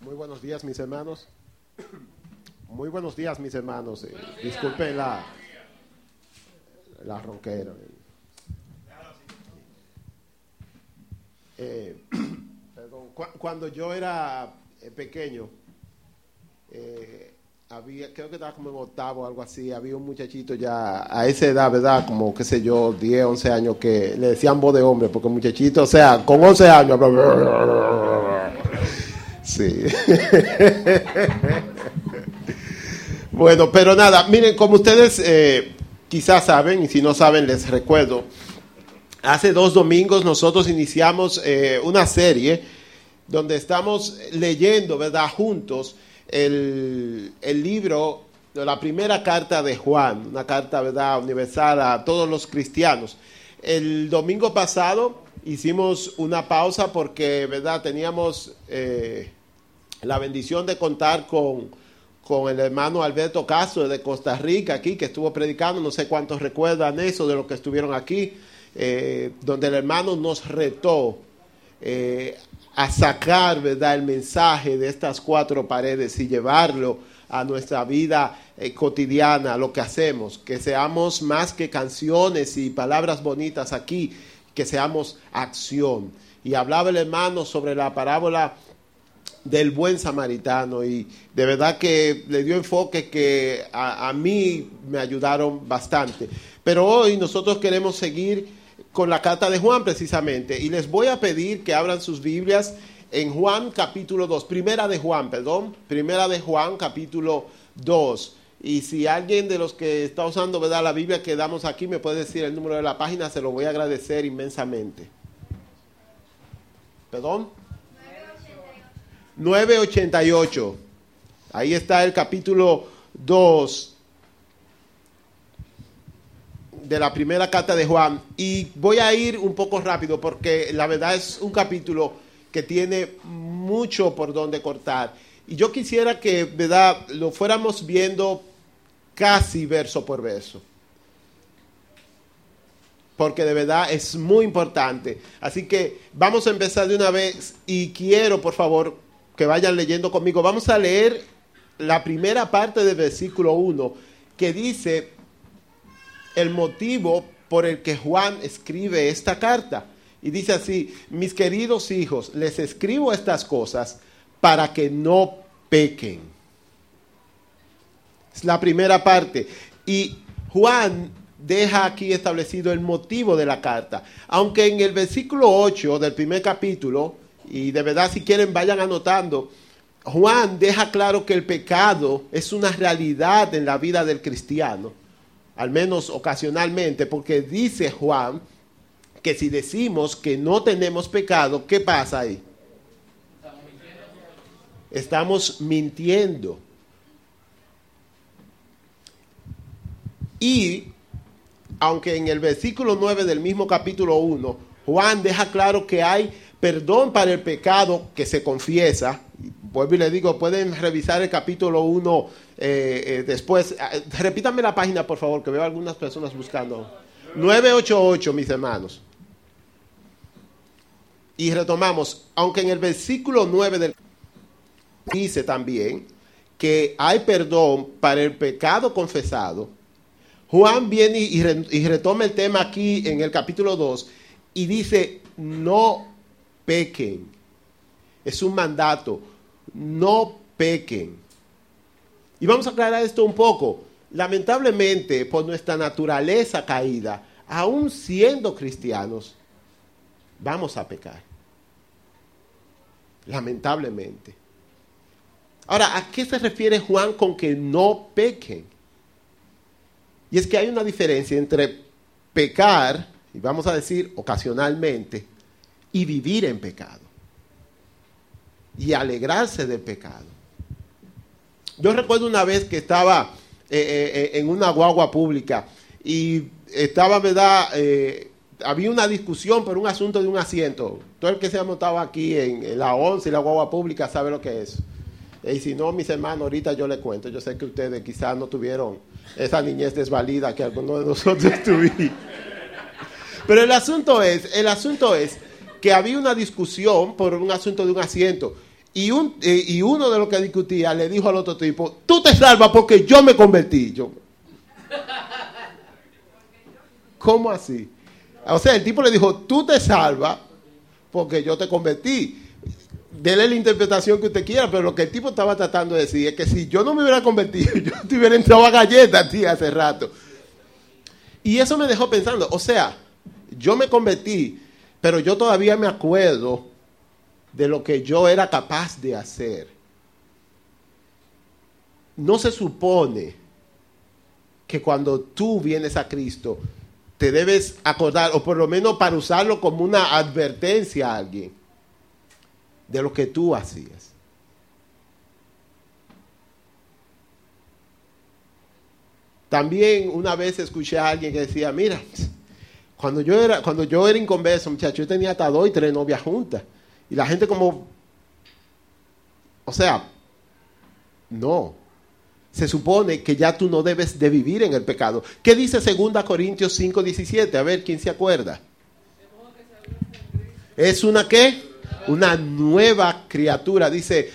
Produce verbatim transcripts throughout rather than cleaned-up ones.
Muy buenos días, mis hermanos. Muy buenos días, mis hermanos. Eh, disculpen la, la ronquera. Eh, perdón. Cu- cuando yo era eh, pequeño, eh, había, creo que estaba como en octavo o algo así, había un muchachito ya a esa edad, ¿verdad? Como, qué sé yo, diez, once años, que le decían voz de hombre, porque el muchachito, o sea, con once años, sí. Bueno, pero nada, miren, como ustedes eh, quizás saben, y si no saben, les recuerdo, hace dos domingos nosotros iniciamos eh, una serie donde estamos leyendo, ¿verdad?, juntos el, el libro, la primera carta de Juan, una carta, ¿verdad?, universal a todos los cristianos. El domingo pasado hicimos una pausa porque, ¿verdad?, teníamos eh, la bendición de contar con, con el hermano Alberto Castro de Costa Rica aquí, que estuvo predicando, no sé cuántos recuerdan eso de los que estuvieron aquí, eh, donde el hermano nos retó eh, a sacar, ¿verdad?, el mensaje de estas cuatro paredes y llevarlo a nuestra vida eh, cotidiana, lo que hacemos, que seamos más que canciones y palabras bonitas aquí, que seamos acción. Y hablaba el hermano sobre la parábola del buen samaritano y de verdad que le dio enfoque que a, a mí me ayudaron bastante. Pero hoy nosotros queremos seguir con la carta de Juan precisamente y les voy a pedir que abran sus Biblias en Juan capítulo dos, primera de Juan, perdón, primera de Juan capítulo dos. Y si alguien de los que está usando, ¿verdad?, la Biblia que damos aquí me puede decir el número de la página, se lo voy a agradecer inmensamente. ¿Perdón? nueve ochenta y ocho. Ahí está el capítulo dos de la primera carta de Juan. Y voy a ir un poco rápido porque la verdad es un capítulo que tiene mucho por donde cortar. Y yo quisiera que, ¿verdad?, lo fuéramos viendo casi verso por verso, porque de verdad es muy importante. Así que vamos a empezar de una vez y quiero, por favor, que vayan leyendo conmigo. Vamos a leer la primera parte del versículo uno, que dice el motivo por el que Juan escribe esta carta. Y dice así: mis queridos hijos, les escribo estas cosas para que no pequen. Es la primera parte. Y Juan deja aquí establecido el motivo de la carta. Aunque en el versículo ocho del primer capítulo, y de verdad si quieren vayan anotando, Juan deja claro que el pecado es una realidad en la vida del cristiano, al menos ocasionalmente, porque dice Juan que si decimos que no tenemos pecado, ¿qué pasa ahí? Estamos mintiendo. Y aunque en el versículo nueve del mismo capítulo uno, Juan deja claro que hay perdón para el pecado que se confiesa. Vuelvo y le digo, pueden revisar el capítulo uno eh, eh, después. Eh, repítame la página, por favor, que veo algunas personas buscando. nueve ochenta y ocho, mis hermanos. Y retomamos, aunque en el versículo nueve del dice también que hay perdón para el pecado confesado, Juan viene y, re, y retoma el tema aquí en el capítulo dos y dice: no pequen. Es un mandato, no pequen. Y vamos a aclarar esto un poco. Lamentablemente, por nuestra naturaleza caída, aún siendo cristianos, vamos a pecar. Lamentablemente. Ahora, ¿a qué se refiere Juan con que no pequen? Y es que hay una diferencia entre pecar, y vamos a decir ocasionalmente, y vivir en pecado. Y alegrarse del pecado. Yo recuerdo una vez que estaba eh, eh, en una guagua pública y estaba, ¿verdad?, eh, había una discusión por un asunto de un asiento. Todo el que se ha montado aquí en, en la once y la guagua pública sabe lo que es. Y si no, mis hermanos, ahorita yo les cuento. Yo sé que ustedes quizás no tuvieron esa niñez desvalida que algunos de nosotros tuvimos. Pero el asunto es, el asunto es que había una discusión por un asunto de un asiento. Y, un, eh, y uno de los que discutía le dijo al otro tipo, tú te salvas porque yo me convertí. Yo, ¿cómo así? O sea, el tipo le dijo, tú te salvas porque yo te convertí. Dele la interpretación que usted quiera, pero lo que el tipo estaba tratando de decir es que si yo no me hubiera convertido, yo te hubiera entrado a galletas, tío, hace rato. Y eso me dejó pensando, o sea, yo me convertí, pero yo todavía me acuerdo de lo que yo era capaz de hacer. No se supone que cuando tú vienes a Cristo, te debes acordar, o por lo menos para usarlo como una advertencia a alguien, de lo que tú hacías. También una vez escuché a alguien que decía, mira, cuando yo era, cuando yo era inconverso, muchacho, yo tenía hasta dos y tres novias juntas. Y la gente como, o sea, no. Se supone que ya tú no debes de vivir en el pecado. ¿Qué dice segunda Corintios cinco diecisiete? A ver, ¿quién se acuerda? ¿Es una qué? Una nueva criatura. Dice,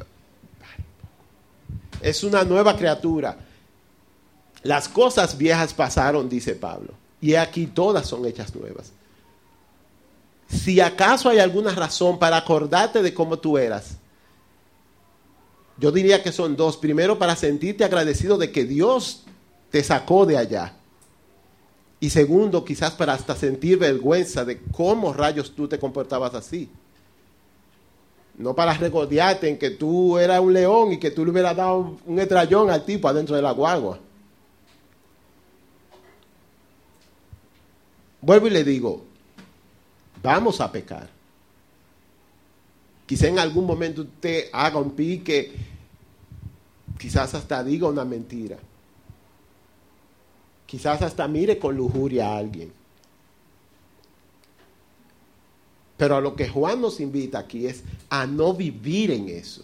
es una nueva criatura. Las cosas viejas pasaron, dice Pablo, y aquí todas son hechas nuevas. Si acaso hay alguna razón para acordarte de cómo tú eras, yo diría que son dos. Primero, para sentirte agradecido de que Dios te sacó de allá. Y segundo, quizás para hasta sentir vergüenza de cómo rayos tú te comportabas así. No para regodearte en que tú eras un león y que tú le hubieras dado un estrellón al tipo adentro de la guagua. Vuelvo y le digo, vamos a pecar. Quizá en algún momento usted haga un pique, quizás hasta diga una mentira. Quizás hasta mire con lujuria a alguien. Pero a lo que Juan nos invita aquí es a no vivir en eso.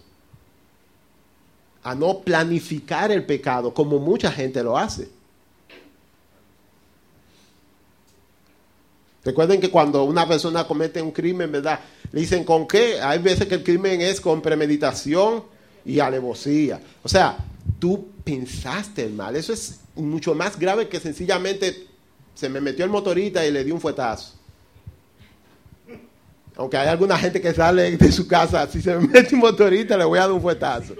A no planificar el pecado como mucha gente lo hace. Recuerden que cuando una persona comete un crimen, ¿verdad? Le dicen ¿con qué? Hay veces que el crimen es con premeditación y alevosía. O sea, tú pensaste el mal. Eso es mucho más grave que sencillamente se me metió el motorista y le di un fuetazo. Aunque hay alguna gente que sale de su casa, si se me mete un motorista le voy a dar un fuetazo.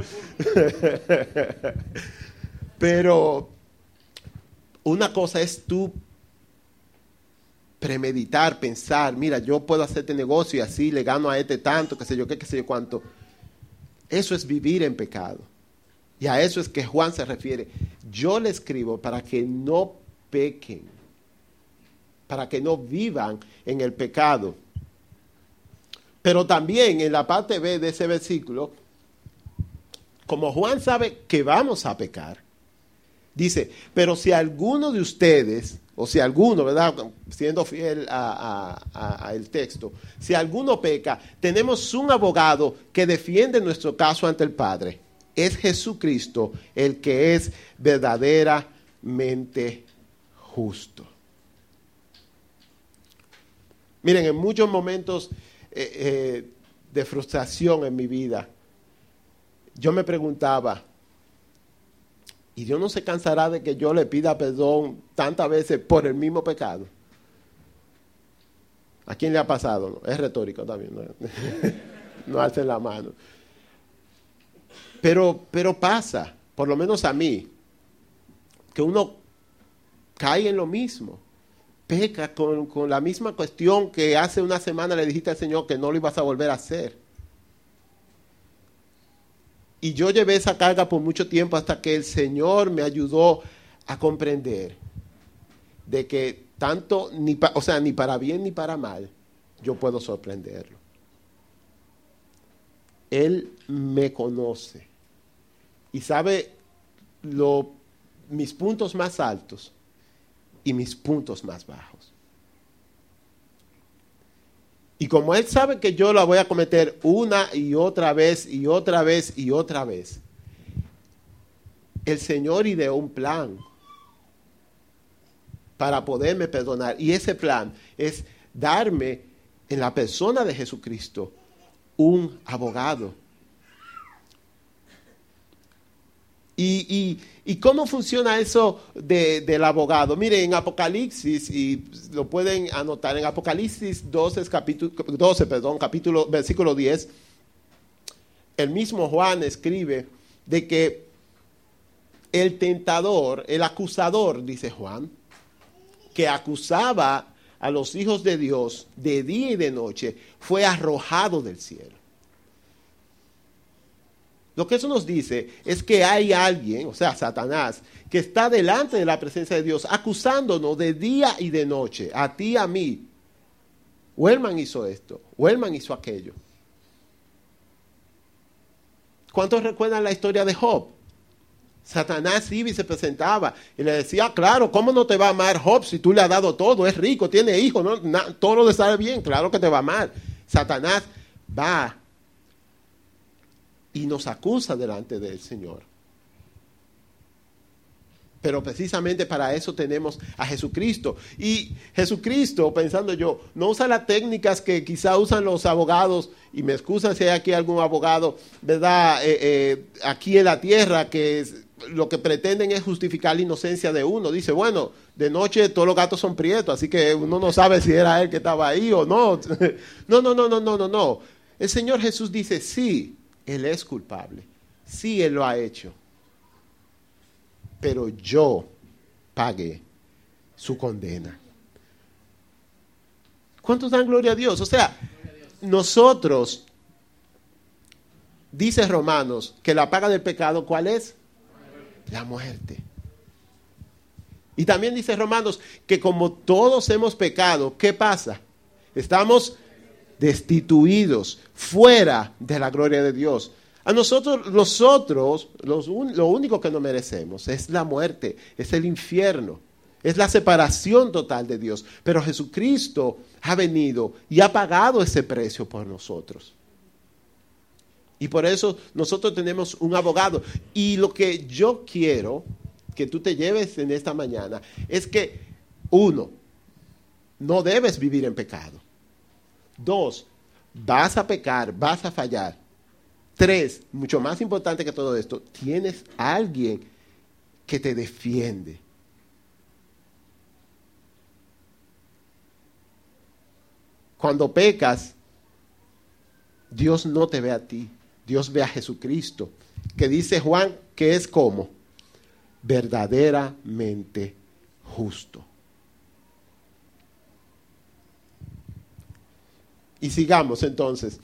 Pero una cosa es tú premeditar, pensar, mira, yo puedo hacer este negocio y así le gano a este tanto, qué sé yo qué, qué sé yo cuánto. Eso es vivir en pecado. Y a eso es que Juan se refiere. Yo le escribo para que no pequen, para que no vivan en el pecado. Pero también en la parte B de ese versículo, como Juan sabe que vamos a pecar, dice, pero si alguno de ustedes, o si alguno, ¿verdad? Siendo fiel a, a, a, a el texto, si alguno peca, tenemos un abogado que defiende nuestro caso ante el Padre. Es Jesucristo el que es verdaderamente justo. Miren, en muchos momentos eh, eh, de frustración en mi vida, yo me preguntaba, ¿y Dios no se cansará de que yo le pida perdón tantas veces por el mismo pecado? ¿A quién le ha pasado? No, es retórico también, no, no alcen la mano. Pero, pero pasa, por lo menos a mí, que uno cae en lo mismo. Peca con, con la misma cuestión que hace una semana le dijiste al Señor que no lo ibas a volver a hacer. Y yo llevé esa carga por mucho tiempo hasta que el Señor me ayudó a comprender de que tanto, ni pa, o sea, ni para bien ni para mal, yo puedo sorprenderlo. Él me conoce y sabe lo, mis puntos más altos y mis puntos más bajos. Y como Él sabe que yo la voy a cometer una y otra vez y otra vez y otra vez, el Señor ideó un plan para poderme perdonar. Y ese plan es darme en la persona de Jesucristo un abogado ¿Y, y, y cómo funciona eso de, del abogado? Miren, en Apocalipsis, y lo pueden anotar, en Apocalipsis doce, capítulo, doce perdón, capítulo, versículo diez, el mismo Juan escribe de que el tentador, el acusador, dice Juan, que acusaba a los hijos de Dios de día y de noche, fue arrojado del cielo. Lo que eso nos dice es que hay alguien, o sea, Satanás, que está delante de la presencia de Dios, acusándonos de día y de noche, a ti y a mí. Wellman hizo esto, Wellman hizo aquello. ¿Cuántos recuerdan la historia de Job? Satanás iba y se presentaba y le decía, claro, ¿cómo no te va a amar Job si tú le has dado todo? Es rico, tiene hijos, ¿no? Na, todo le sale bien, claro que te va a amar. Satanás va y nos acusa delante del Señor. Pero precisamente para eso tenemos a Jesucristo. Y Jesucristo, pensando yo, no usa las técnicas que quizá usan los abogados, y me excusan si hay aquí algún abogado, ¿verdad? Eh, eh, aquí en la tierra, que es, lo que pretenden es justificar la inocencia de uno. Dice, bueno, de noche todos los gatos son prietos, así que uno no sabe si era él que estaba ahí o no. No, no, no, no, no, no, no. El Señor Jesús dice, sí, Él es culpable. Sí, Él lo ha hecho. Pero yo pagué su condena. ¿Cuántos dan gloria a Dios? O sea, nosotros, dice Romanos, que la paga del pecado, ¿cuál es? La muerte. Y también dice Romanos que como todos hemos pecado, ¿qué pasa? Estamos destituidos, fuera de la gloria de Dios. A nosotros, nosotros los, lo único que no merecemos es la muerte, es el infierno, es la separación total de Dios. Pero Jesucristo ha venido y ha pagado ese precio por nosotros. Y por eso nosotros tenemos un abogado. Y lo que yo quiero que tú te lleves en esta mañana es que, uno, no debes vivir en pecado. Dos, vas a pecar, vas a fallar. Tres, mucho más importante que todo esto, tienes a alguien que te defiende. Cuando pecas, Dios no te ve a ti, Dios ve a Jesucristo, que dice Juan que es como verdaderamente justo. Y sigamos entonces.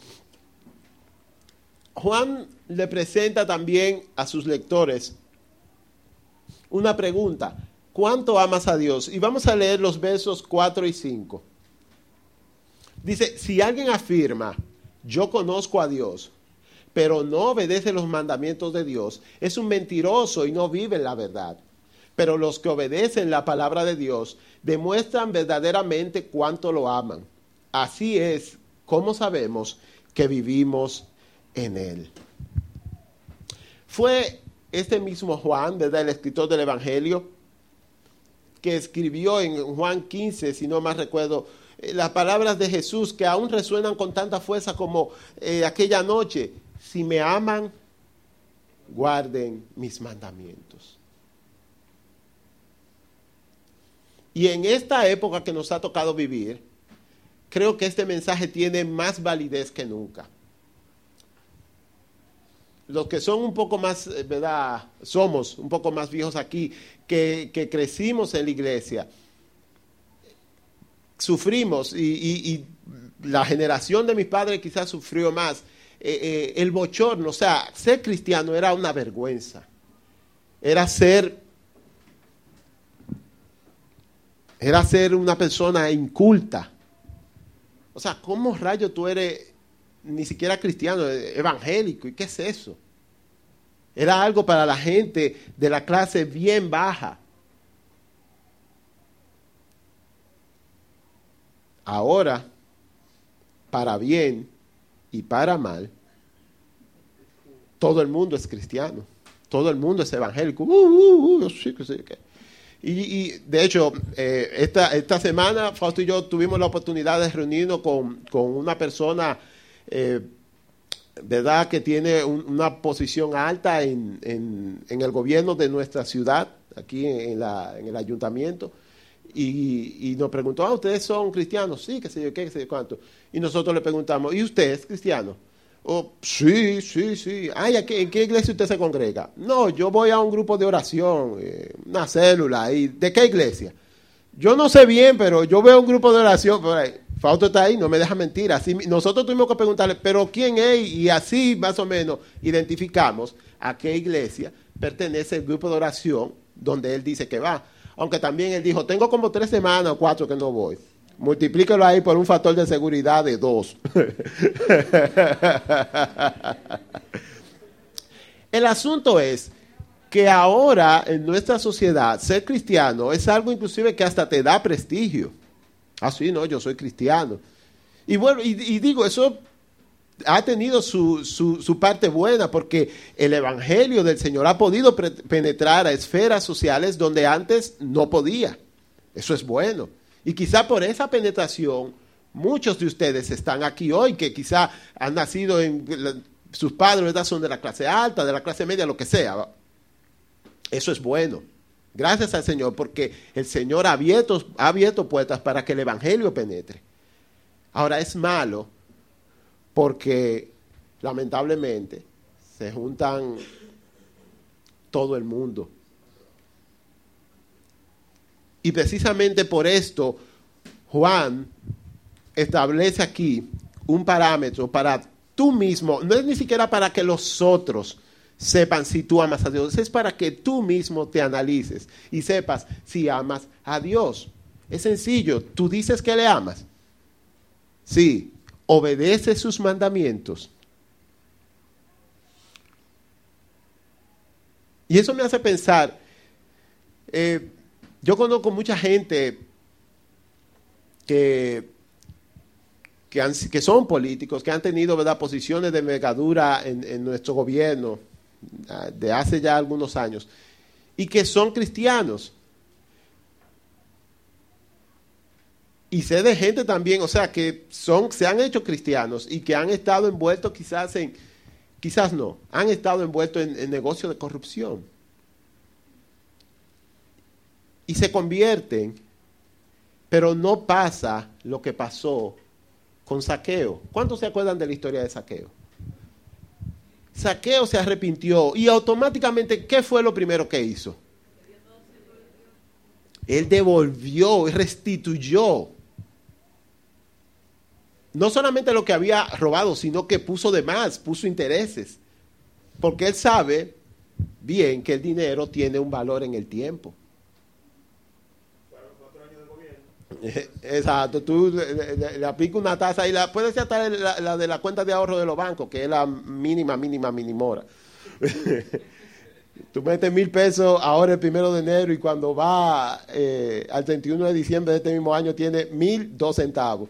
Juan le presenta también a sus lectores una pregunta. ¿Cuánto amas a Dios? Y vamos a leer los versos cuatro y cinco. Dice, si alguien afirma, yo conozco a Dios, pero no obedece los mandamientos de Dios, es un mentiroso y no vive en la verdad. Pero los que obedecen la palabra de Dios demuestran verdaderamente cuánto lo aman. Así es como sabemos que vivimos en Él. Fue este mismo Juan, ¿verdad?, el escritor del Evangelio, que escribió en Juan quince, si no más recuerdo, las palabras de Jesús que aún resuenan con tanta fuerza como eh, aquella noche. Si me aman, guarden mis mandamientos. Y en esta época que nos ha tocado vivir, creo que este mensaje tiene más validez que nunca. Los que son un poco más, ¿verdad? Somos un poco más viejos aquí, que, que crecimos en la iglesia, sufrimos, y, y, y la generación de mis padres quizás sufrió más, eh, eh, el bochorno. O sea, ser cristiano era una vergüenza, era ser, era ser una persona inculta. O sea, ¿cómo rayos tú eres ni siquiera cristiano, evangélico? ¿Y qué es eso? Era algo para la gente de la clase bien baja. Ahora, para bien y para mal, todo el mundo es cristiano, todo el mundo es evangélico. Uh, uh, uh, sí, sí, sí. Y, y de hecho, eh, esta, esta semana Fausto y yo tuvimos la oportunidad de reunirnos con, con una persona eh, ¿verdad?, que tiene un, una posición alta en, en, en el gobierno de nuestra ciudad, aquí en, en, la, en el ayuntamiento, y, y nos preguntó, ah, ¿ustedes son cristianos? Sí, qué sé yo, qué, qué sé yo cuánto. Y nosotros le preguntamos, ¿y usted es cristiano? Oh, sí, sí, sí. Ay, ¿a qué, ¿en qué iglesia usted se congrega? No, yo voy a un grupo de oración, eh, una célula. ¿Y de qué iglesia? Yo no sé bien, pero yo veo un grupo de oración. Por ahí. Fausto está ahí, no me deja mentir. Así, nosotros tuvimos que preguntarle, ¿pero quién es? Y así más o menos identificamos a qué iglesia pertenece el grupo de oración donde él dice que va. Aunque también él dijo, tengo como tres semanas o cuatro que no voy. Multiplíquelo ahí por un factor de seguridad de dos. El asunto es que ahora en nuestra sociedad ser cristiano es algo inclusive que hasta te da prestigio. Ah, sí, no, yo soy cristiano. Y bueno, y, y digo, eso ha tenido su, su, su parte buena porque el evangelio del Señor ha podido pre- penetrar a esferas sociales donde antes no podía. Eso es bueno. Y quizá por esa penetración, muchos de ustedes están aquí hoy, que quizá han nacido en, sus padres, ¿verdad?, son de la clase alta, de la clase media, lo que sea. Eso es bueno. Gracias al Señor, porque el Señor ha abierto, ha abierto puertas para que el evangelio penetre. Ahora es malo porque, lamentablemente, se juntan todo el mundo. Y precisamente por esto, Juan establece aquí un parámetro para tú mismo, no es ni siquiera para que los otros sepan si tú amas a Dios, es para que tú mismo te analices y sepas si amas a Dios. Es sencillo, tú dices que le amas. Sí, obedece sus mandamientos. Y eso me hace pensar, eh, yo conozco mucha gente que, que, han, que son políticos, que han tenido, ¿verdad?, posiciones de envergadura en, en nuestro gobierno de hace ya algunos años, y que son cristianos. Y sé de gente también, o sea, que son, se han hecho cristianos y que han estado envueltos quizás en, quizás no, han estado envueltos en, en negocios de corrupción. Y se convierten, pero no pasa lo que pasó con Zaqueo. ¿Cuántos se acuerdan de la historia de Zaqueo? Zaqueo se arrepintió y automáticamente, ¿qué fue lo primero que hizo? Él devolvió y restituyó. No solamente lo que había robado, sino que puso de más, puso intereses. Porque él sabe bien que el dinero tiene un valor en el tiempo. Exacto, tú le, le, le aplicas una tasa y la puedes ser hasta la, la de la cuenta de ahorro de los bancos, que es la mínima, mínima, minimora. Tú metes mil pesos ahora el primero de enero y cuando va eh, al treinta y uno de diciembre de este mismo año tiene mil dos centavos.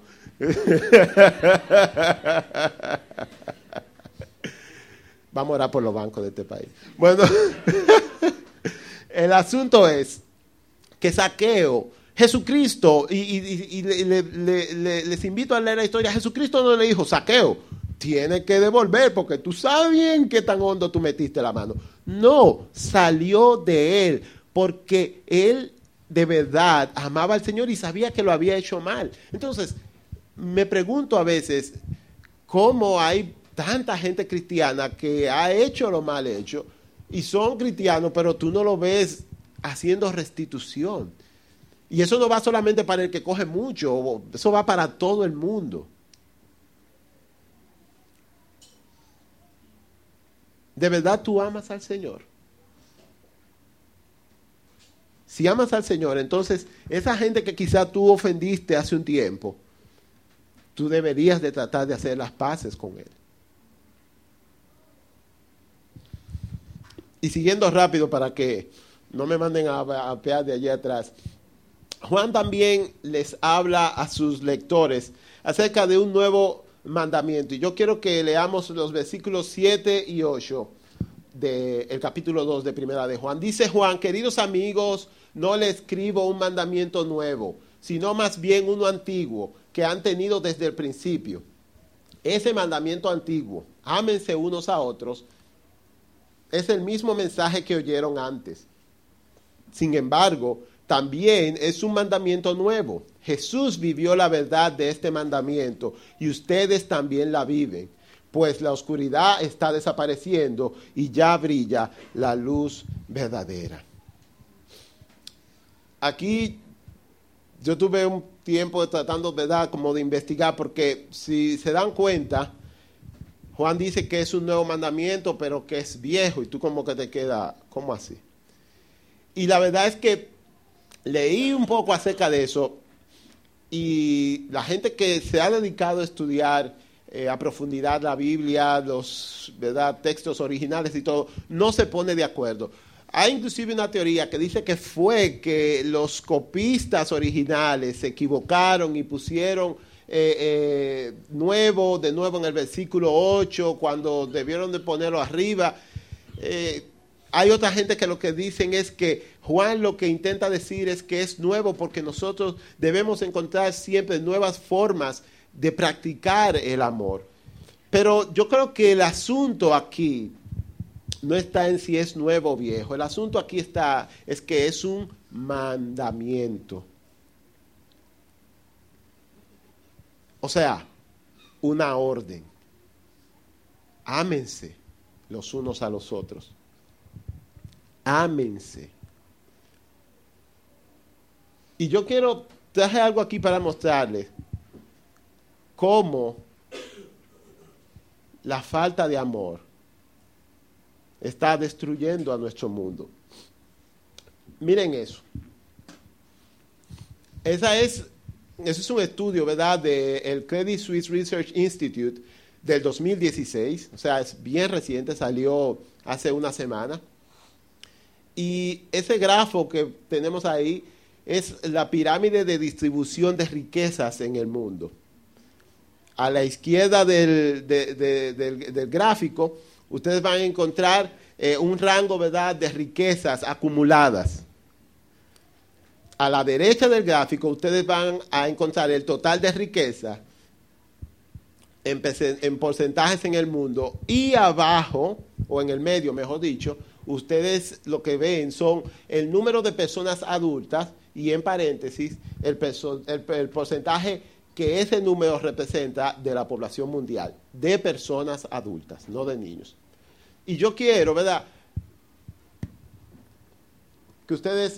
Vamos a orar por los bancos de este país. Bueno, el asunto es que Zaqueo, Jesucristo, y, y, y le, le, le, les invito a leer la historia, Jesucristo no le dijo, Zaqueo, tienes que devolver porque tú sabes bien qué tan hondo tú metiste la mano. No, salió de él porque él de verdad amaba al Señor y sabía que lo había hecho mal. Entonces, me pregunto a veces cómo hay tanta gente cristiana que ha hecho lo mal hecho y son cristianos, pero tú no lo ves haciendo restitución. Y eso no va solamente para el que coge mucho, eso va para todo el mundo. ¿De verdad tú amas al Señor? Si amas al Señor, entonces esa gente que quizá tú ofendiste hace un tiempo, tú deberías de tratar de hacer las paces con él. Y siguiendo rápido para que no me manden a, a pear de allí atrás, Juan también les habla a sus lectores acerca de un nuevo mandamiento. Y yo quiero que leamos los versículos siete y ocho del capítulo dos de Primera de Juan. Dice Juan, queridos amigos, no le escribo un mandamiento nuevo, sino más bien uno antiguo que han tenido desde el principio. ese mandamiento antiguo, ámense unos a otros, es el mismo mensaje que oyeron antes. Sin embargo, también es un mandamiento nuevo. Jesús vivió la verdad de este mandamiento y ustedes también la viven, pues la oscuridad está desapareciendo y ya brilla la luz verdadera. Aquí yo tuve un tiempo tratando, ¿verdad?, como de investigar, porque si se dan cuenta, Juan dice que es un nuevo mandamiento, pero que es viejo, y tú como que te queda, ¿cómo así? Y la verdad es que leí un poco acerca de eso, y la gente que se ha dedicado a estudiar eh, a profundidad la Biblia, los, ¿verdad?, textos originales y todo, no se pone de acuerdo. Hay inclusive una teoría que dice que fue que los copistas originales se equivocaron y pusieron eh, eh, nuevo, de nuevo en el versículo ocho, cuando debieron de ponerlo arriba. Eh, hay otra gente que lo que dicen es que Juan lo que intenta decir es que es nuevo porque nosotros debemos encontrar siempre nuevas formas de practicar el amor. Pero yo creo que el asunto aquí no está en si es nuevo o viejo. El asunto aquí está, es que es un mandamiento. O sea, una orden. Ámense los unos a los otros. Ámense. Y yo quiero traje algo aquí para mostrarles cómo la falta de amor está destruyendo a nuestro mundo. Miren eso. Esa es, ese es un estudio, ¿verdad?, del Credit Suisse Research Institute del dos mil dieciséis. O sea, es bien reciente, salió hace una semana. Y ese grafo que tenemos ahí es la pirámide de distribución de riquezas en el mundo. A la izquierda del, de, de, del, del gráfico, ustedes van a encontrar eh, un rango, ¿verdad?, de riquezas acumuladas. A la derecha del gráfico, ustedes van a encontrar el total de riqueza en, en porcentajes en el mundo. Y abajo, o en el medio, mejor dicho, ustedes lo que ven son el número de personas adultas y, en paréntesis, el, perso el, el porcentaje que ese número representa de la población mundial, de personas adultas, no de niños. Y yo quiero, ¿verdad?, que ustedes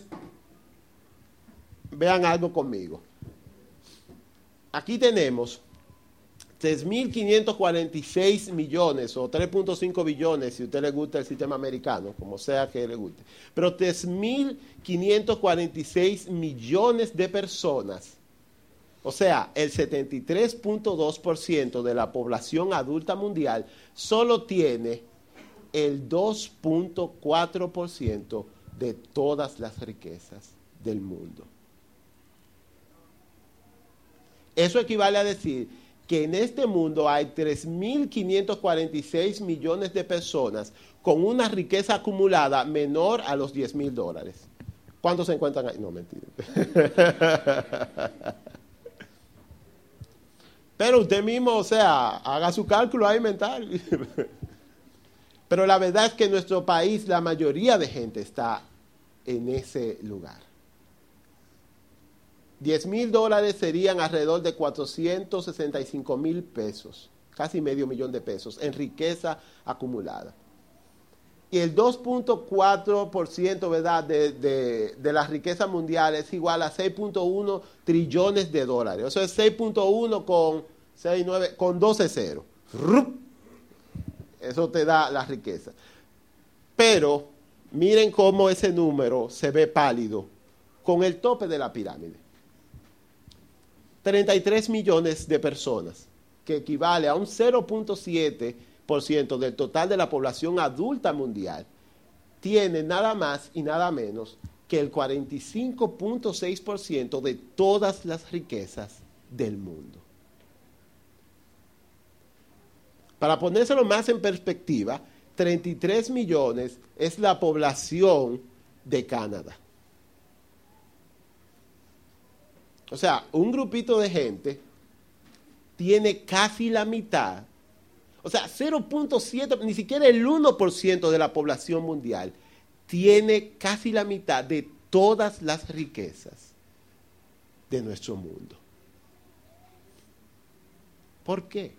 vean algo conmigo. Aquí tenemos tres mil quinientos cuarenta y seis millones o tres punto cinco billones, si a usted le gusta el sistema americano, como sea que le guste. Pero tres mil quinientos cuarenta y seis millones de personas. O sea, el setenta y tres punto dos por ciento de la población adulta mundial solo tiene el dos punto cuatro por ciento de todas las riquezas del mundo. Eso equivale a decir que en este mundo hay tres mil quinientos cuarenta y seis millones de personas con una riqueza acumulada menor a los diez mil dólares. ¿Cuántos se encuentran ahí? No, mentira. Pero usted mismo, o sea, haga su cálculo ahí mental. Pero la verdad es que en nuestro país la mayoría de gente está en ese lugar. diez mil dólares serían alrededor de cuatrocientos sesenta y cinco mil pesos, casi medio millón de pesos, en riqueza acumulada. Y el dos punto cuatro por ciento, ¿verdad?, de, de, de la riqueza mundial es igual a seis punto uno trillones de dólares. Eso es seis punto uno con, seis, nueve, con doce ceros. Eso te da la riqueza. Pero miren cómo ese número se ve pálido con el tope de la pirámide. treinta y tres millones de personas, que equivale a un cero punto siete por ciento del total de la población adulta mundial, tiene nada más y nada menos que el cuarenta y cinco punto seis por ciento de todas las riquezas del mundo. Para ponérselo más en perspectiva, treinta y tres millones es la población de Canadá. O sea, un grupito de gente tiene casi la mitad. O sea, cero punto siete, ni siquiera el uno por ciento de la población mundial tiene casi la mitad de todas las riquezas de nuestro mundo. ¿Por qué?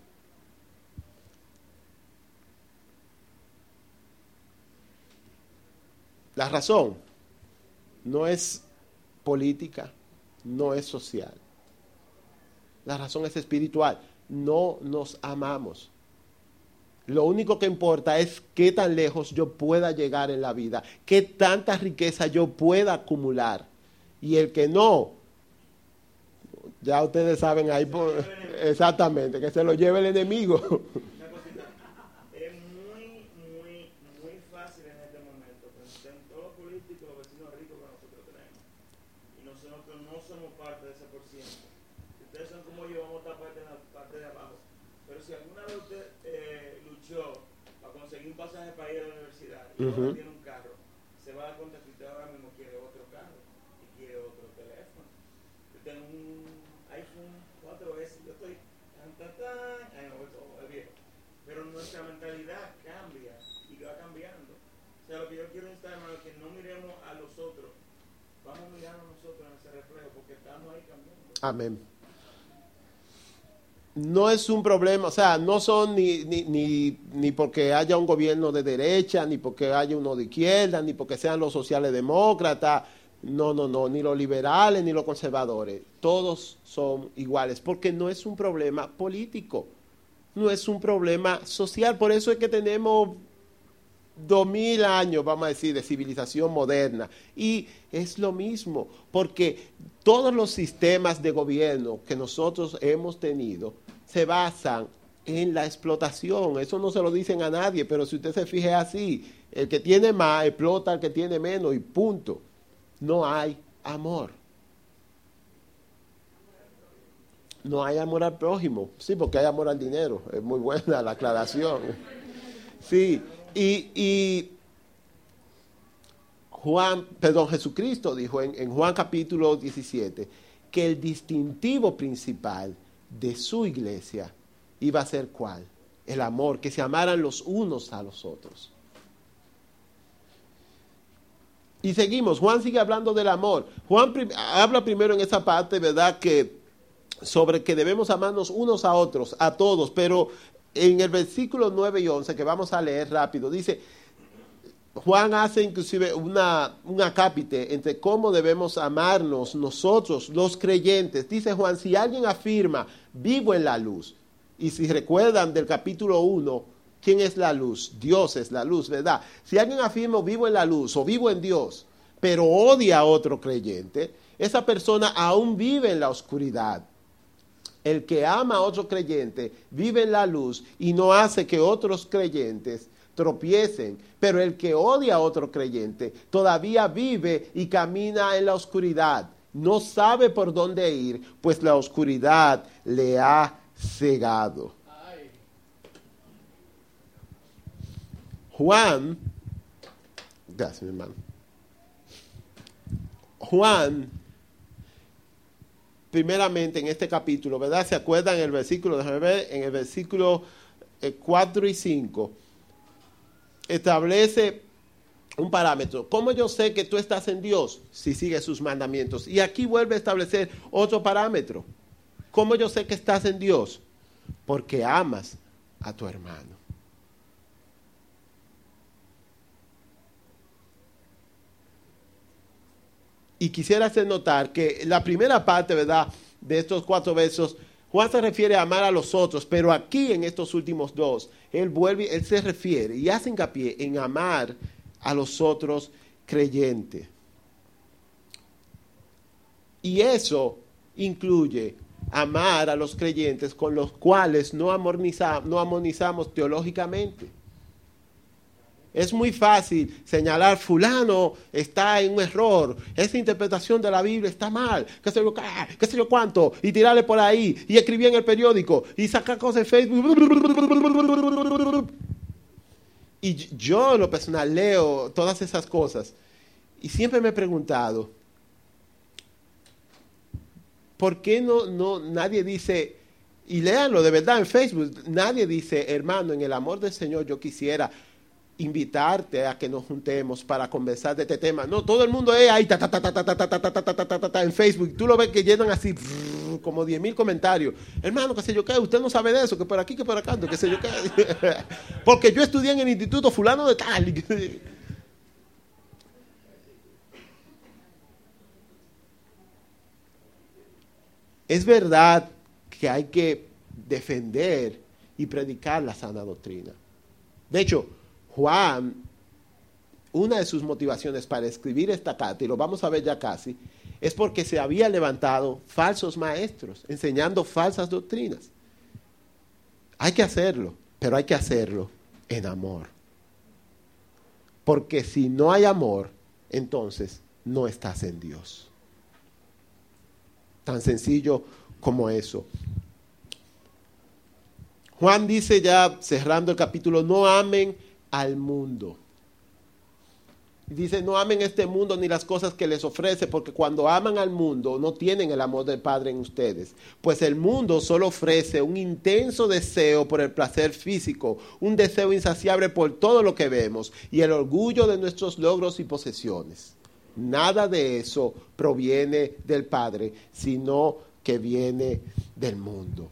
La razón no es política, no es social. La razón es espiritual. No nos amamos. Lo único que importa es qué tan lejos yo pueda llegar en la vida, qué tanta riqueza yo pueda acumular. Y el que no, ya ustedes saben ahí, por, exactamente, que se lo lleve el enemigo. Una cosita, es muy, muy, muy fácil en este momento pensar en todos los políticos, los vecinos ricos que nosotros tenemos. Y nosotros no somos parte de ese por ciento. Si ustedes son como yo, vamos a estar parte de la parte de abajo. Pero si alguna vez usted eh, luchó para conseguir un pasaje para ir a la universidad y uh-huh. ahora tiene un carro, se va a dar cuenta que usted ahora mismo quiere otro carro y quiere otro teléfono. Yo tengo un iPhone cuatro S, yo estoy tan, tan, tan, ay, no, es viejo. Pero nuestra mentalidad cambia y va cambiando. O sea, lo que yo quiero instar, hermano, es que no miremos a los otros, vamos a mirar a nosotros en ese reflejo, porque estamos ahí cambiando. Amén. No es un problema, o sea, no son ni, ni, ni, ni porque haya un gobierno de derecha, ni porque haya uno de izquierda, ni porque sean los sociales demócratas, no, no, no, ni los liberales, ni los conservadores. Todos son iguales, porque no es un problema político, no es un problema social. Por eso es que tenemos dos mil años, vamos a decir, de civilización moderna. Y es lo mismo, porque todos los sistemas de gobierno que nosotros hemos tenido se basan en la explotación. Eso no se lo dicen a nadie, pero si usted se fije así, el que tiene más explota al que tiene menos y punto. No hay amor. No hay amor al prójimo. Sí, porque hay amor al dinero. Es muy buena la aclaración. Sí, y, y Juan, perdón, Jesucristo dijo en, en Juan capítulo diecisiete que el distintivo principal de su iglesia iba a ser ¿cuál? El amor, que se amaran los unos a los otros. Y seguimos, Juan sigue hablando del amor. Juan prim- habla primero en esa parte, ¿verdad?, que sobre que debemos amarnos unos a otros, a todos, pero en el versículo nueve y once, que vamos a leer rápido, dice, Juan hace inclusive una, un acápite entre cómo debemos amarnos nosotros, los creyentes. Dice Juan, si alguien afirma, vivo en la luz, y si recuerdan del capítulo uno, ¿quién es la luz? Dios es la luz, ¿verdad? Si alguien afirma, vivo en la luz, o vivo en Dios, pero odia a otro creyente, esa persona aún vive en la oscuridad. El que ama a otro creyente vive en la luz y no hace que otros creyentes tropiecen, pero el que odia a otro creyente todavía vive y camina en la oscuridad. No sabe por dónde ir, pues la oscuridad le ha cegado. Juan, gracias, mi hermano. Juan, primeramente en este capítulo, ¿verdad? ¿Se acuerdan en el versículo, déjame ver, en el versículo eh, cuatro y cinco? Establece un parámetro. ¿Cómo yo sé que tú estás en Dios? Si sigues sus mandamientos. Y aquí vuelve a establecer otro parámetro. ¿Cómo yo sé que estás en Dios? Porque amas a tu hermano. Y quisiera hacer notar que la primera parte, ¿verdad?, de estos cuatro versos, Juan se refiere a amar a los otros, pero aquí en estos últimos dos, él vuelve, él se refiere y hace hincapié en amar a los otros creyentes. Y eso incluye amar a los creyentes con los cuales no armonizamos, no armonizamos teológicamente. Es muy fácil señalar, fulano está en un error, esa interpretación de la Biblia está mal, qué sé yo, qué sé yo cuánto, y tirarle por ahí, y escribir en el periódico, y sacar cosas en Facebook. Y yo en lo personal leo todas esas cosas, y siempre me he preguntado, ¿por qué no, no nadie dice, Y léanlo de verdad en Facebook. Nadie dice, hermano, en el amor del Señor yo quisiera invitarte a que nos juntemos para conversar de este tema. No, todo el mundo es ahí ta, ta, ta, ta, ta, ta, ta, ta, ta, ta, ta, ta, ta, en Facebook. Tú lo ves que llenan así como diez mil comentarios. Hermano, qué sé yo qué, usted no sabe de eso, que por aquí, que por acá, qué sé yo qué. Porque yo estudié en el instituto fulano de tal. Es verdad que hay que defender y predicar la sana doctrina. De hecho, Juan, una de sus motivaciones para escribir esta carta, y lo vamos a ver ya casi, es porque se había levantado falsos maestros, enseñando falsas doctrinas. Hay que hacerlo, pero hay que hacerlo en amor. Porque si no hay amor, entonces no estás en Dios. Tan sencillo como eso. Juan dice ya, cerrando el capítulo, no amen al mundo. Dice, no amen este mundo ni las cosas que les ofrece, porque cuando aman al mundo no tienen el amor del Padre en ustedes. Pues el mundo solo ofrece un intenso deseo por el placer físico, un deseo insaciable por todo lo que vemos y el orgullo de nuestros logros y posesiones. Nada de eso proviene del Padre, sino que viene del mundo.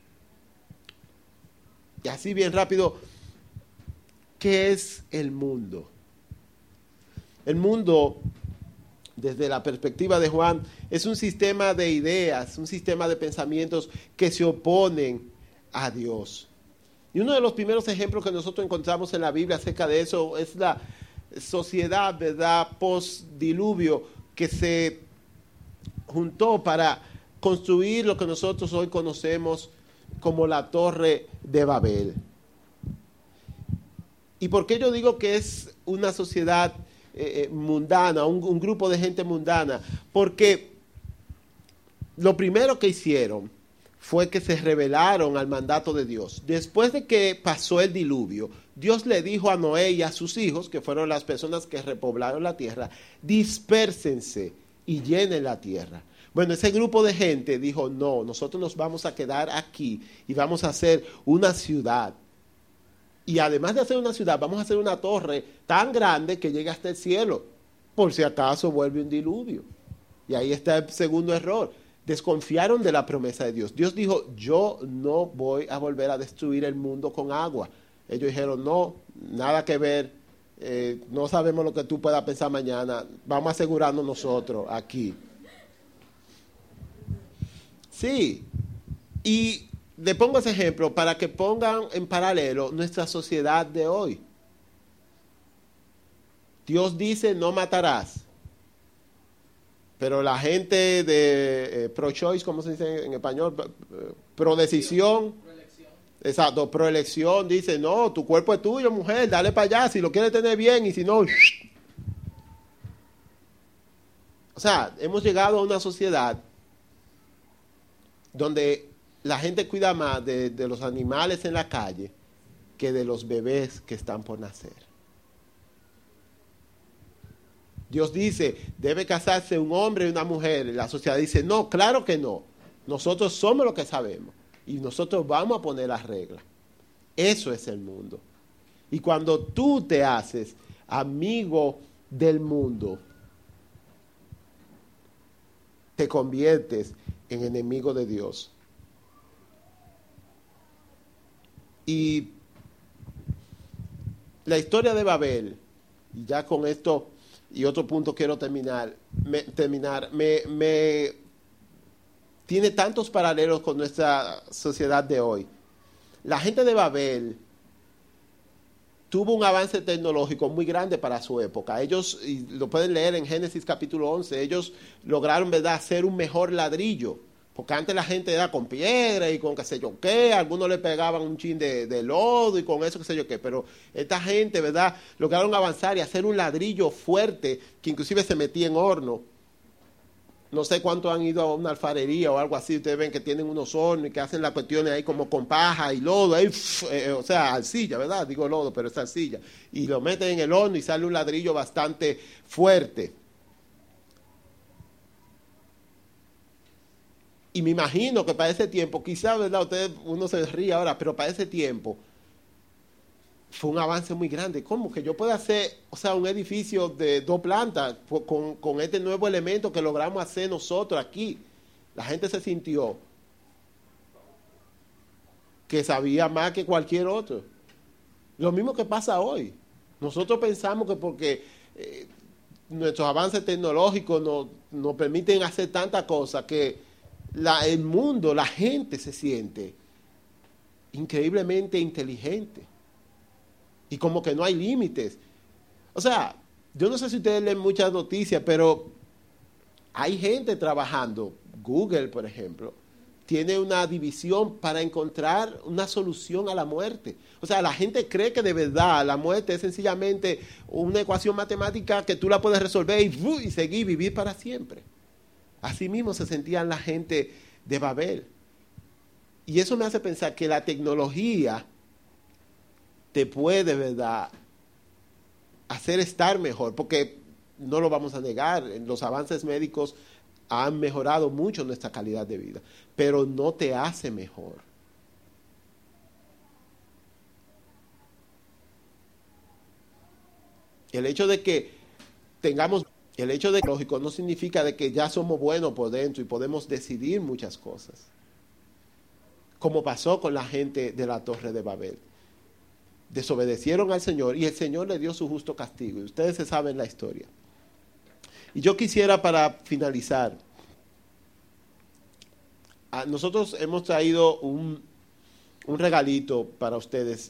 Y así bien rápido, ¿qué es el mundo? El mundo, desde la perspectiva de Juan, es un sistema de ideas, un sistema de pensamientos que se oponen a Dios. Y uno de los primeros ejemplos que nosotros encontramos en la Biblia acerca de eso es la sociedad, ¿verdad?, post-diluvio, que se juntó para construir lo que nosotros hoy conocemos como la Torre de Babel. ¿Y por qué yo digo que es una sociedad eh, mundana, un, un grupo de gente mundana? Porque lo primero que hicieron fue que se rebelaron al mandato de Dios. Después de que pasó el diluvio, Dios le dijo a Noé y a sus hijos, que fueron las personas que repoblaron la tierra, dispérsense y llenen la tierra. Bueno, ese grupo de gente dijo, no, nosotros nos vamos a quedar aquí y vamos a hacer una ciudad. Y además de hacer una ciudad, vamos a hacer una torre tan grande que llegue hasta el cielo, por si acaso vuelve un diluvio. Y ahí está el segundo error. Desconfiaron de la promesa de Dios. Dios dijo, yo no voy a volver a destruir el mundo con agua. Ellos dijeron, no, nada que ver, eh, no sabemos lo que tú puedas pensar mañana, vamos a asegurarnos nosotros aquí. Sí, y le pongo ese ejemplo para que pongan en paralelo nuestra sociedad de hoy. Dios dice, no matarás. Pero la gente de eh, pro-choice, ¿cómo se dice en español? Pro-decisión. Pro-elección. Exacto, pro-elección. Dice, no, tu cuerpo es tuyo, mujer, dale para allá, si lo quieres tener bien y si no... O sea, hemos llegado a una sociedad donde la gente cuida más de, de los animales en la calle que de los bebés que están por nacer. Dios dice, debe casarse un hombre y una mujer. La sociedad dice, no, claro que no. Nosotros somos los que sabemos. Y nosotros vamos a poner las reglas. Eso es el mundo. Y cuando tú te haces amigo del mundo, te conviertes en enemigo de Dios. Y la historia de Babel, y ya con esto... Y otro punto quiero terminar, me, terminar me, me tiene tantos paralelos con nuestra sociedad de hoy. La gente de Babel tuvo un avance tecnológico muy grande para su época. Ellos, y lo pueden leer en Génesis capítulo once, ellos lograron, ¿verdad?, hacer un mejor ladrillo. Porque antes la gente era con piedra y con qué sé yo qué, algunos le pegaban un chin de, de lodo y con eso qué sé yo qué, pero esta gente, ¿verdad?, lograron avanzar y hacer un ladrillo fuerte que inclusive se metía en horno. No sé cuántos han ido a una alfarería o algo así, ustedes ven que tienen unos hornos y que hacen las cuestiones ahí como con paja y lodo, ahí, eh, o sea, arcilla, ¿verdad? Digo lodo, pero es arcilla. Y lo meten en el horno y sale un ladrillo bastante fuerte. Y me imagino que para ese tiempo, quizás, ¿verdad? Ustedes, uno se ríe ahora, pero para ese tiempo fue un avance muy grande. ¿Cómo que yo puedo hacer, o sea, un edificio de dos plantas con, con este nuevo elemento que logramos hacer nosotros aquí? La gente se sintió que sabía más que cualquier otro. Lo mismo que pasa hoy. Nosotros pensamos que porque eh, nuestros avances tecnológicos nos, nos permiten hacer tantas cosas que la, el mundo, la gente se siente increíblemente inteligente. Y como que no hay límites. O sea, yo no sé si ustedes leen muchas noticias, pero hay gente trabajando. Google, por ejemplo, tiene una división para encontrar una solución a la muerte. O sea, la gente cree que de verdad la muerte es sencillamente una ecuación matemática que tú la puedes resolver y, y seguir, vivir para siempre. Así mismo se sentían la gente de Babel. Y eso me hace pensar que la tecnología te puede, ¿verdad?, hacer estar mejor, porque no lo vamos a negar, los avances médicos han mejorado mucho nuestra calidad de vida, pero no te hace mejor. El hecho de que tengamos, el hecho de lógico no significa de que ya somos buenos por dentro y podemos decidir muchas cosas, como pasó con la gente de la Torre de Babel. Desobedecieron al Señor y el Señor le dio su justo castigo. Y ustedes se saben la historia. Y yo quisiera, para finalizar, a nosotros hemos traído un, un regalito para ustedes.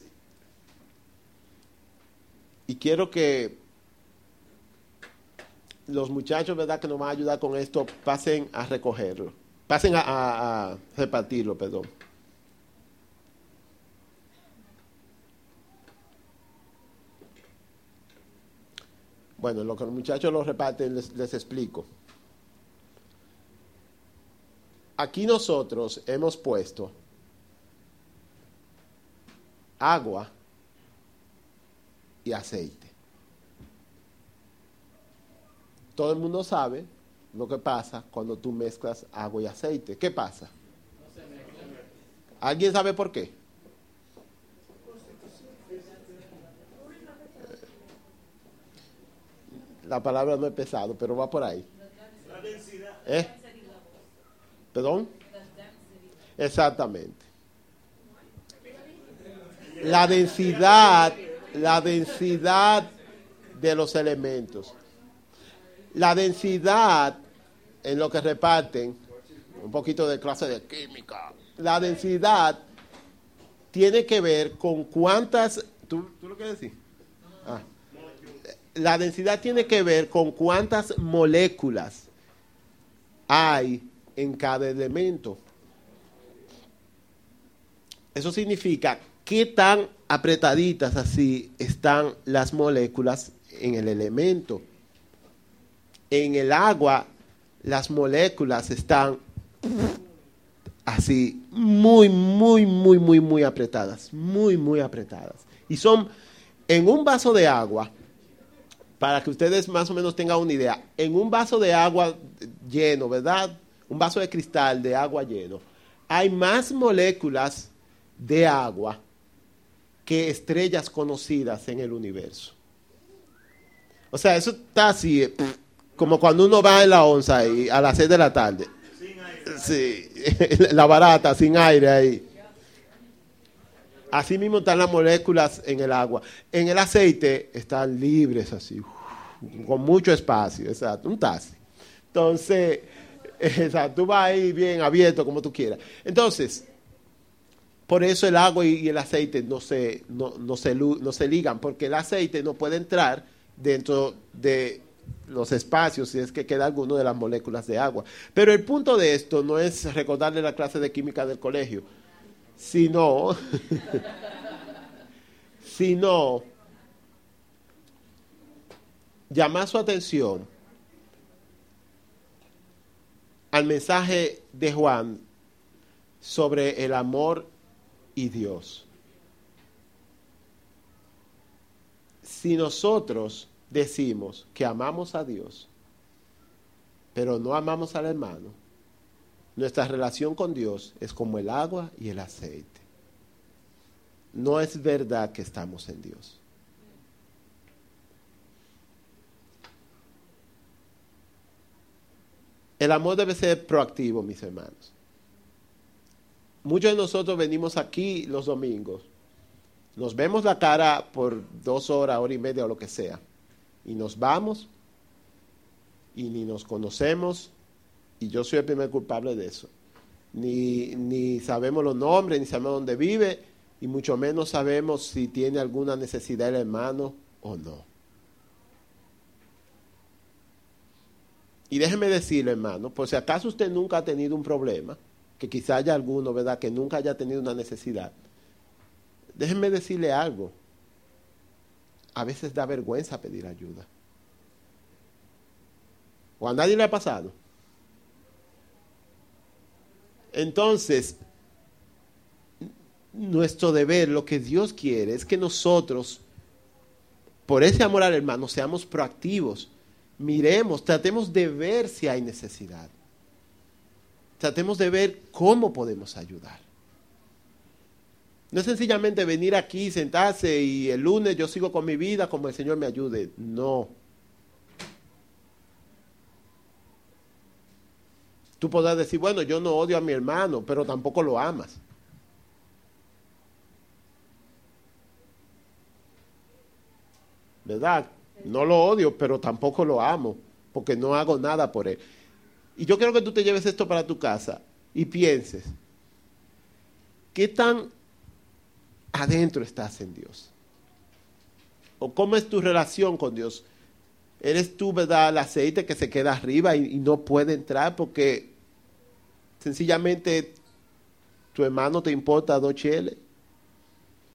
Y quiero que los muchachos, ¿verdad?, que nos van a ayudar con esto, pasen a recogerlo. Pasen a, a, a repartirlo, perdón. Bueno, lo que los muchachos lo reparten, les, les explico. Aquí nosotros hemos puesto agua y aceite. Todo el mundo sabe lo que pasa cuando tú mezclas agua y aceite. ¿Qué pasa? ¿Alguien sabe por qué? La palabra no es pesado, pero va por ahí. La densidad. ¿Eh? ¿Perdón? Exactamente. La densidad, la densidad de los elementos. La densidad en lo que reparten, un poquito de clase de química. La densidad tiene que ver con cuántas. ¿Tú, tú lo quieres decir? Ah. La densidad tiene que ver con cuántas moléculas hay en cada elemento. Eso significa qué tan apretaditas así están las moléculas en el elemento. En el agua, las moléculas están así, muy, muy, muy, muy, muy apretadas. Muy, muy apretadas. Y son, en un vaso de agua, para que ustedes más o menos tengan una idea, en un vaso de agua lleno, ¿verdad? Un vaso de cristal de agua lleno, hay más moléculas de agua que estrellas conocidas en el universo. O sea, eso está así, eh, como cuando uno va en la onza ahí, a las seis de la tarde. Sin aire. Sí, la barata, sin aire ahí. Así mismo están las moléculas en el agua. En el aceite están libres así, con mucho espacio, exacto, un taxi. Entonces, exacto, tú vas ahí bien abierto como tú quieras. Entonces, por eso el agua y el aceite no se, no, no se, no se ligan, porque el aceite no puede entrar dentro de los espacios si es que queda alguno de las moléculas de agua. Pero el punto de esto no es recordarle la clase de química del colegio, sino, sino llamar su atención al mensaje de Juan sobre el amor y Dios. Si nosotros decimos que amamos a Dios, pero no amamos al hermano, Nuestra relación con Dios es como el agua y el aceite. No es verdad que estamos en Dios. El amor debe ser proactivo, mis hermanos. Muchos de nosotros venimos aquí los domingos, nos vemos la cara por dos horas, hora y media o lo que sea, y nos vamos y ni nos conocemos, y yo soy el primer culpable de eso. Ni, ni sabemos los nombres, ni sabemos dónde vive, y mucho menos sabemos si tiene alguna necesidad el hermano o no. Y déjeme decirle, hermano, por si acaso usted nunca ha tenido un problema, que quizá haya alguno, ¿verdad?, que nunca haya tenido una necesidad. Déjeme decirle algo. A veces da vergüenza pedir ayuda. ¿O a nadie le ha pasado? Entonces, nuestro deber, lo que Dios quiere, es que nosotros, por ese amor al hermano, seamos proactivos. Miremos, tratemos de ver si hay necesidad. Tratemos de ver cómo podemos ayudar. No es sencillamente venir aquí, sentarse y el lunes yo sigo con mi vida como el Señor me ayude. No. Tú podrás decir, bueno, yo no odio a mi hermano, pero tampoco lo amas. ¿Verdad? No lo odio, pero tampoco lo amo, porque no hago nada por él. Y yo quiero que tú te lleves esto para tu casa y pienses, ¿qué tan adentro estás en Dios? ¿O cómo es tu relación con Dios? ¿Eres tú, verdad, el aceite que se queda arriba y, y no puede entrar porque sencillamente tu hermano te importa dos cheles?